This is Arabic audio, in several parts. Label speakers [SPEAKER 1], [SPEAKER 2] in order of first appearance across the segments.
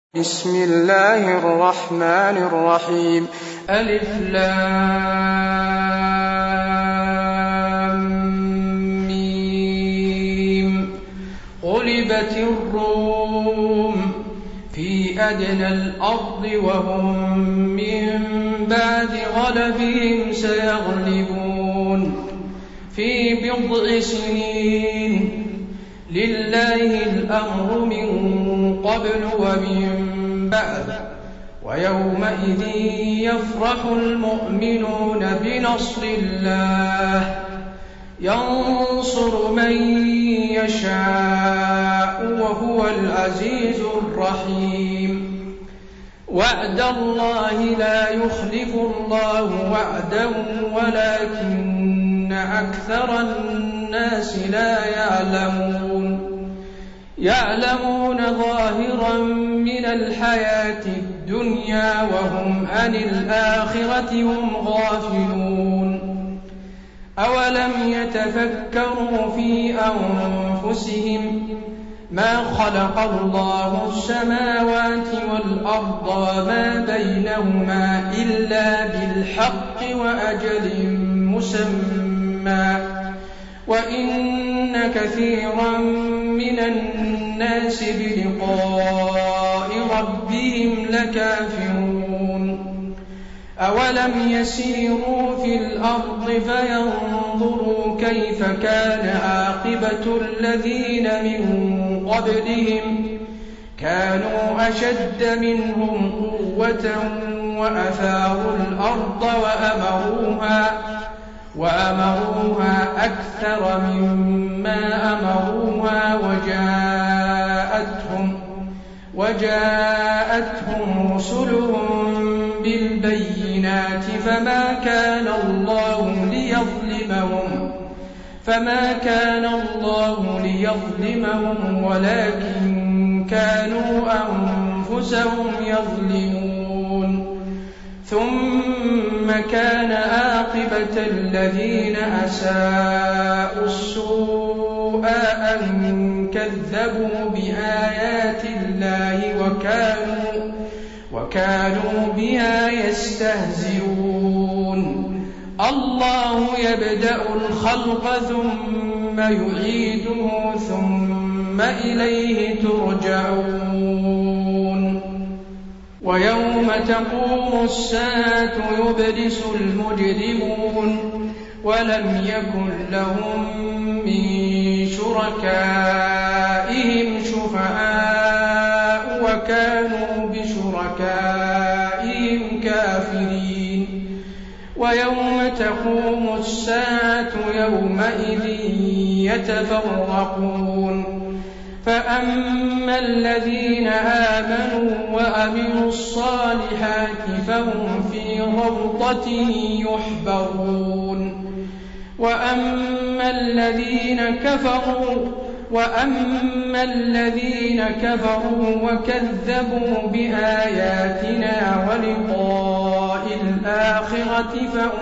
[SPEAKER 1] بسم الله الرحمن الرحيم.
[SPEAKER 2] ألف لام ميم. غلبت الروم في أدنى الأرض وهم من بعد غلبهم سيغلبون في بضع سنين. لله الأمر من قبل ومن بعد ويومئذ يفرح المؤمنون بنصر الله ينصر من يشاء وهو العزيز الرحيم. وعد الله لا يخلف الله وعده ولكن أكثر الناس لا يعلمون ظاهرا من الحياة الدنيا وهم عن الآخرة هم غافلون. أولم يتفكروا في أنفسهم ما خلق الله السماوات والأرض وما بينهما إلا بالحق وأجل مسمى وإن كثيرا من الناس بلقاء ربهم لكافرون. أولم يسيروا في الأرض فينظروا كيف كان عاقبة الذين من قبلهم كانوا أشد منهم قوة وأثاروا الأرض وأمروها أكثر مما أمروها وجاءتهم رسلهم بالبينات فما كان الله ليظلمهم ولكن كانوا أنفسهم يظلمون. ثم كان عاقبة الذين أساءوا السوء أن كذبوا بآيات الله وكانوا بها يستهزئون. الله يبدأ الخلق ثم يعيده ثم إليه ترجعون. ويوم تقوم الساعة يبلس المجرمون ولم يكن لهم من شركائهم شفعاء وكانوا بشركائهم كافرين. ويوم تقوم الساعة يومئذ يتفرقون فأما الذين آمنوا وعملوا الصالحات فهم في روضة يحبرون. وأما الذين كفروا وكذبوا بآياتنا ولقاء الآخرة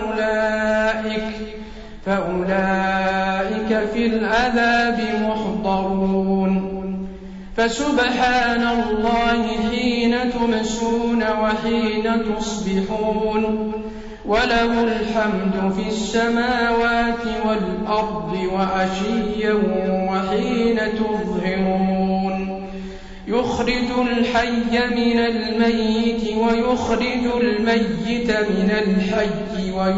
[SPEAKER 2] فأولئك في العذاب محضرون. فسبحان الله حين تمسون وحين تصبحون وله الحمد في السماوات والأرض وعشيا وحين تظهرون. يخرج الحي من الميت ويخرج الميت من الحي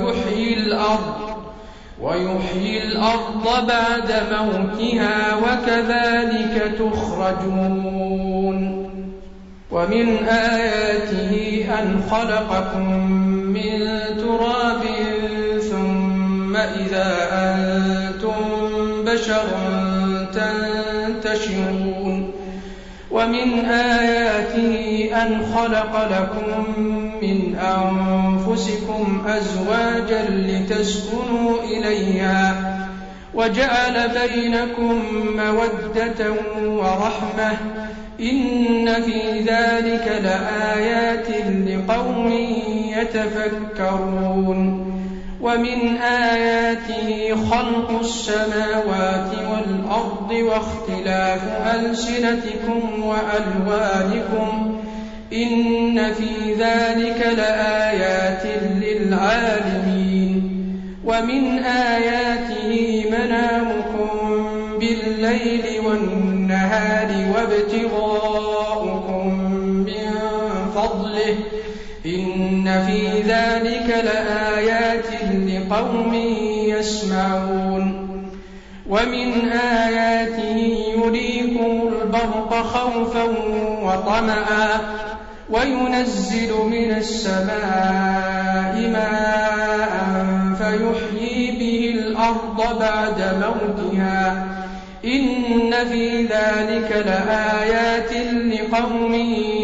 [SPEAKER 2] ويحيي الأرض بعد موتها وكذلك تخرجون. ومن آياته أن خلقكم من تراب ثم إذا أنتم بشر تنتشرون. ومن آياته أن خلق لكم من أنفسكم أزواجا لتسكنوا إليها وجعل بينكم مودة ورحمة إن في ذلك لآيات لقوم يتفكرون. ومن آياته خلق السماوات والأرض واختلاف ألسنتكم وألوانكم إن في ذلك لآيات للعالمين ومن آياته منامكم بالليل والنهار وابتغاؤكم من فضله إن في ذلك لآيات لقوم يسمعون ومن آياته يريكم البرق خوفا وطمعا وينزل من السماء ماء فيحيي به الأرض بعد موتها إن في ذلك لآيات لقوم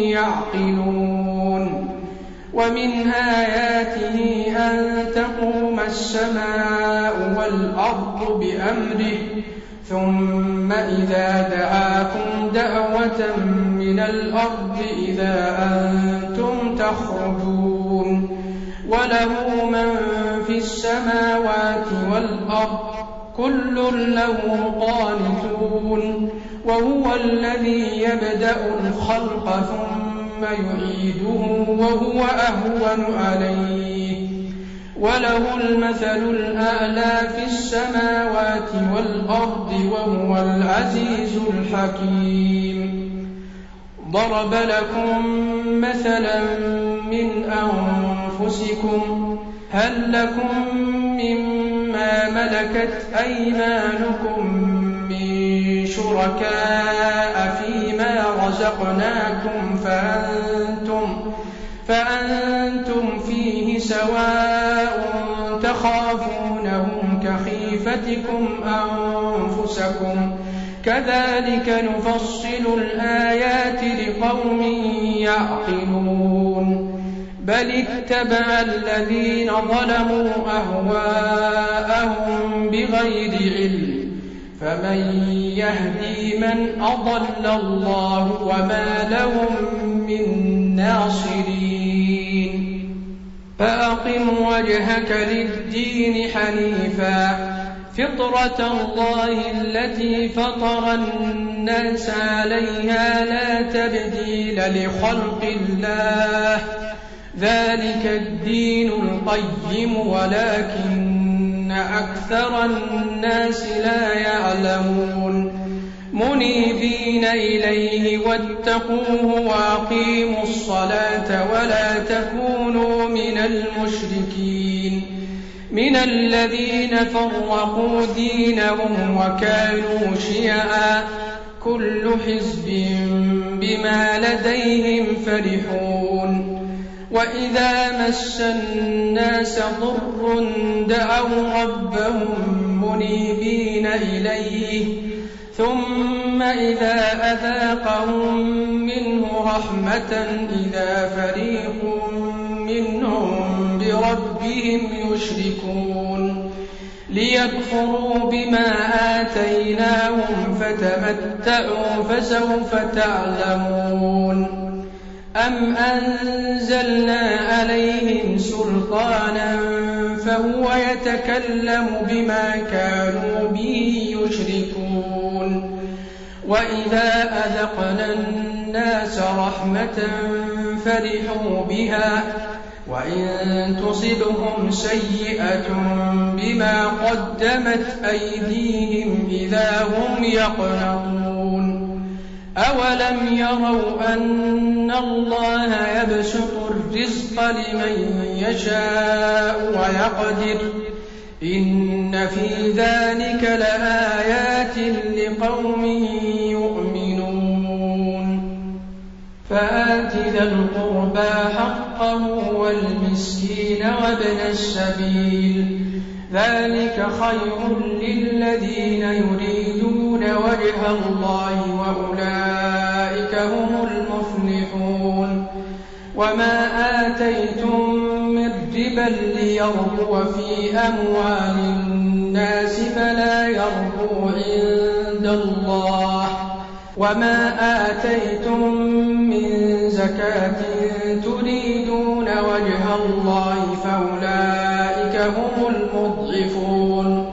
[SPEAKER 2] يعقلون ومن آياته أن تقوم السماء والأرض بأمره ثم إذا دعاكم دعوة من الأرض إذا أنتم تخرجون وله من في السماوات والأرض كل له قانتون وهو الذي يبدأ الخلق ثم يعيده وهو أهون عليه وله المثل الأعلى في السماوات والأرض وهو العزيز الحكيم ضرب لكم مثلا من أنفسكم هل لكم مما ملكت أيمانكم من شركاء فيما رزقناكم فأنتم فيه سواء تخافونهم كخيفتكم أنفسكم كذلك نفصل الآيات لقوم يعقلون بل اتبع الذين ظلموا أهواءهم بغير علم فمن يهدي من أضل الله وما لهم من ناصرين فأقم وجهك للدين حنيفا فطرة الله التي فطر الناس عليها لا تبديل لخلق الله ذلك الدين القيم ولكن أكثر الناس لا يعلمون منيبين إليه واتقوه وأقيموا الصلاة ولا تكونوا من المشركين من الذين فرقوا دينهم وكانوا شيعا كل حزب بما لديهم فرحون وإذا مس الناس ضر دعوا ربهم منيبين إليه ثم إذا أذاقهم منه رحمة إذا فريق منهم بربهم يشركون ليكفروا بما آتيناهم فتمتعوا فسوف تعلمون أم أنزلنا عليهم سلطانا فهو يتكلم بما كانوا به يشركون وإذا أذقنا الناس رحمة فرحوا بها وإن تصبهم سيئة بما قدمت أيديهم إذا هم يقنطون أولم يروا أن الله يبسط الرزق لمن يشاء ويقدر إن في ذلك لآيات لقوم يؤمنون فآت ذا القربى حقه والمسكين وابن السبيل ذلك خير للذين يريدون وجه الله وأولئك هم المفلحون وما آتيتم من ربا ليربو في أموال الناس فلا يربو عند الله وما آتيتم من زكاة تريدون وجه الله فأولئك هم المضعفون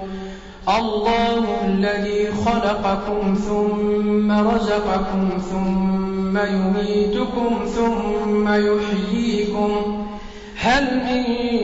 [SPEAKER 2] الله الذي خلقكم ثم رزقكم ثم ثم يميتكم ثم يحييكم هل من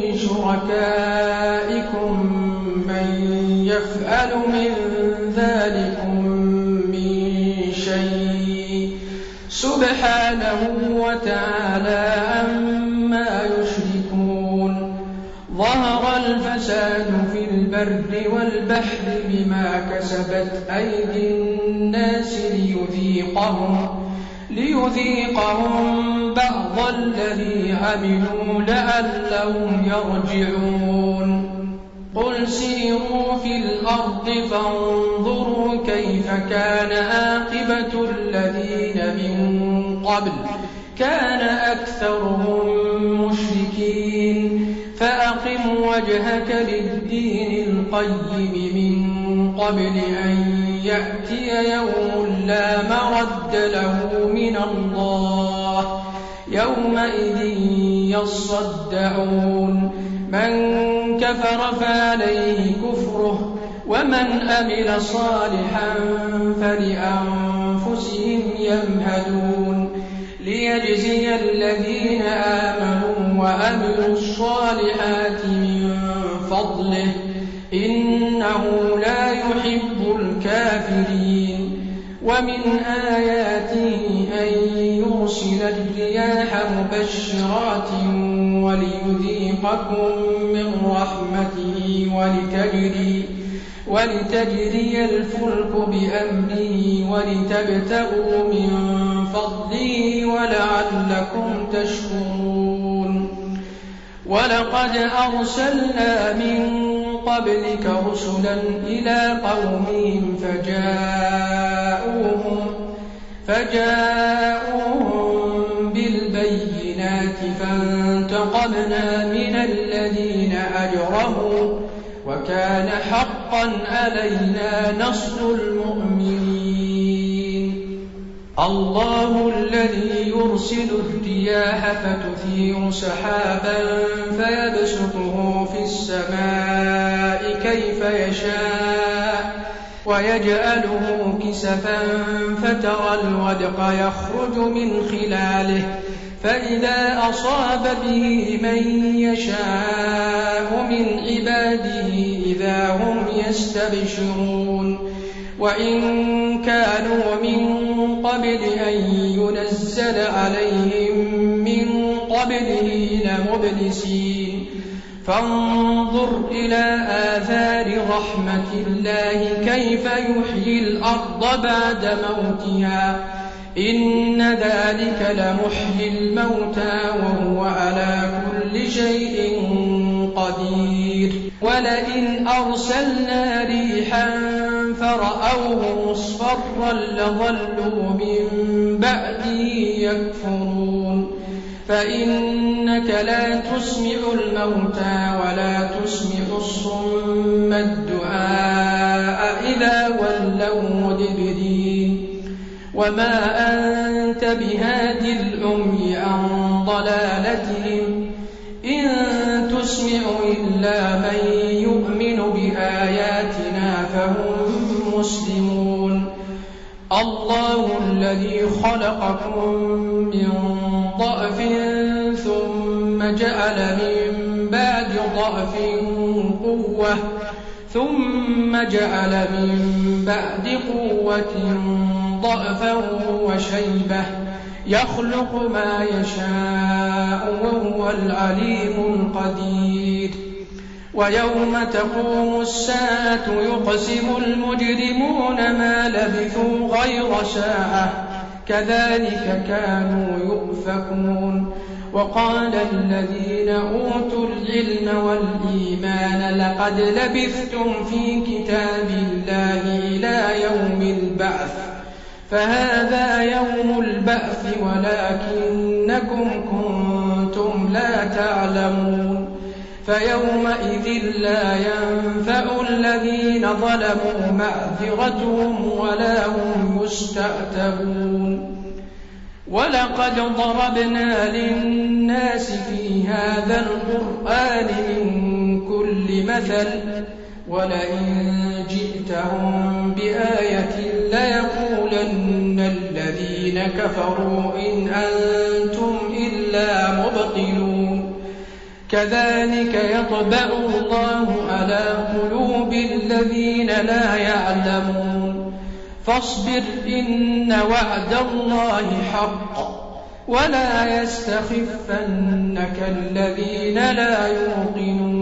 [SPEAKER 2] شركائكم من يفعل من ذلكم من شيء سبحانه وتعالى عما يشركون ظهر الفساد في البر والبحر بما كسبت أيدي الناس ليذيقهم بعض الذي عملوا لعلهم يرجعون قل سيروا في الأرض فانظروا كيف كان عاقبة الذين من قبل كان أكثرهم مشركين فأقم وجهك للدين القيم من قبل أن يأتي يوم لا مرد له من الله يومئذ يصدعون من كفر فعليه كفره ومن أمل صالحا فلأنفسهم يمهدون ليجزي الذين آمنوا وعملوا الصالحات من فضله إنه لا يحب الكافرين ومن آياته أن يرسل الرياح مبشرات وليذيقكم من رحمته ولتجري الفلك بأمره ولتبتغوا من فضله ولعلكم تشكرون ولقد أرسلنا من قبلك رسلا إلى قومهم فجاءوهم بالبينات فانتقمنا من الذين أجرموا وكان حقا علينا نصر المؤمنين الله الذي يرسل الرياح فتثير سحابا فيبسطه في السماء كيف يشاء ويجعله كسفا فترى الودق يخرج من خلاله فإذا أصاب به من يشاء من عباده إذا هم يستبشرون وإن كانوا من قبل أن ينزل عليهم من قبله لمبلسين فانظر إلى آثار رحمة الله كيف يحيي الأرض بعد موتها إن ذلك لمحيي الموتى وهو على كل شيء قدير ولئن أرسلنا ريحا فرأوه مصفرا لظلوا من بعده يكفرون فإنك لا تسمع الموتى ولا تسمع الصم الدعاء إذا ولوا مدبرين وما أنت بهاد العمي عن ضلالتهم إن تسمع إلا من يؤمن بآياتنا فهم مسلمون الله الذي خلقكم من ضعف ثم جعل من بعد ضعف قوة ثم جعل من بعد قوة ضعفا وشيبة يخلق ما يشاء وهو العليم القدير ويوم تقوم الساعة يقسم المجرمون ما لبثوا غير ساعة كذلك كانوا يؤفكون وقال الذين أوتوا العلم والإيمان لقد لبثتم في كتاب الله إلى يوم البعث فهذا يوم البعث ولكنكم كنتم لا تعلمون فيومئذ لا ينفع الذين ظلموا معذرتهم ولا هم يستعتبون ولقد ضربنا للناس في هذا القرآن من كل مثل ولئن جئتهم بآية ليقولن الذين الذين كفروا إن أنتم إلا مبطلون كذلك يطبع الله على قلوب الذين لا يعلمون فاصبر إن وعد الله حق ولا يستخفنك الذين لا يوقنون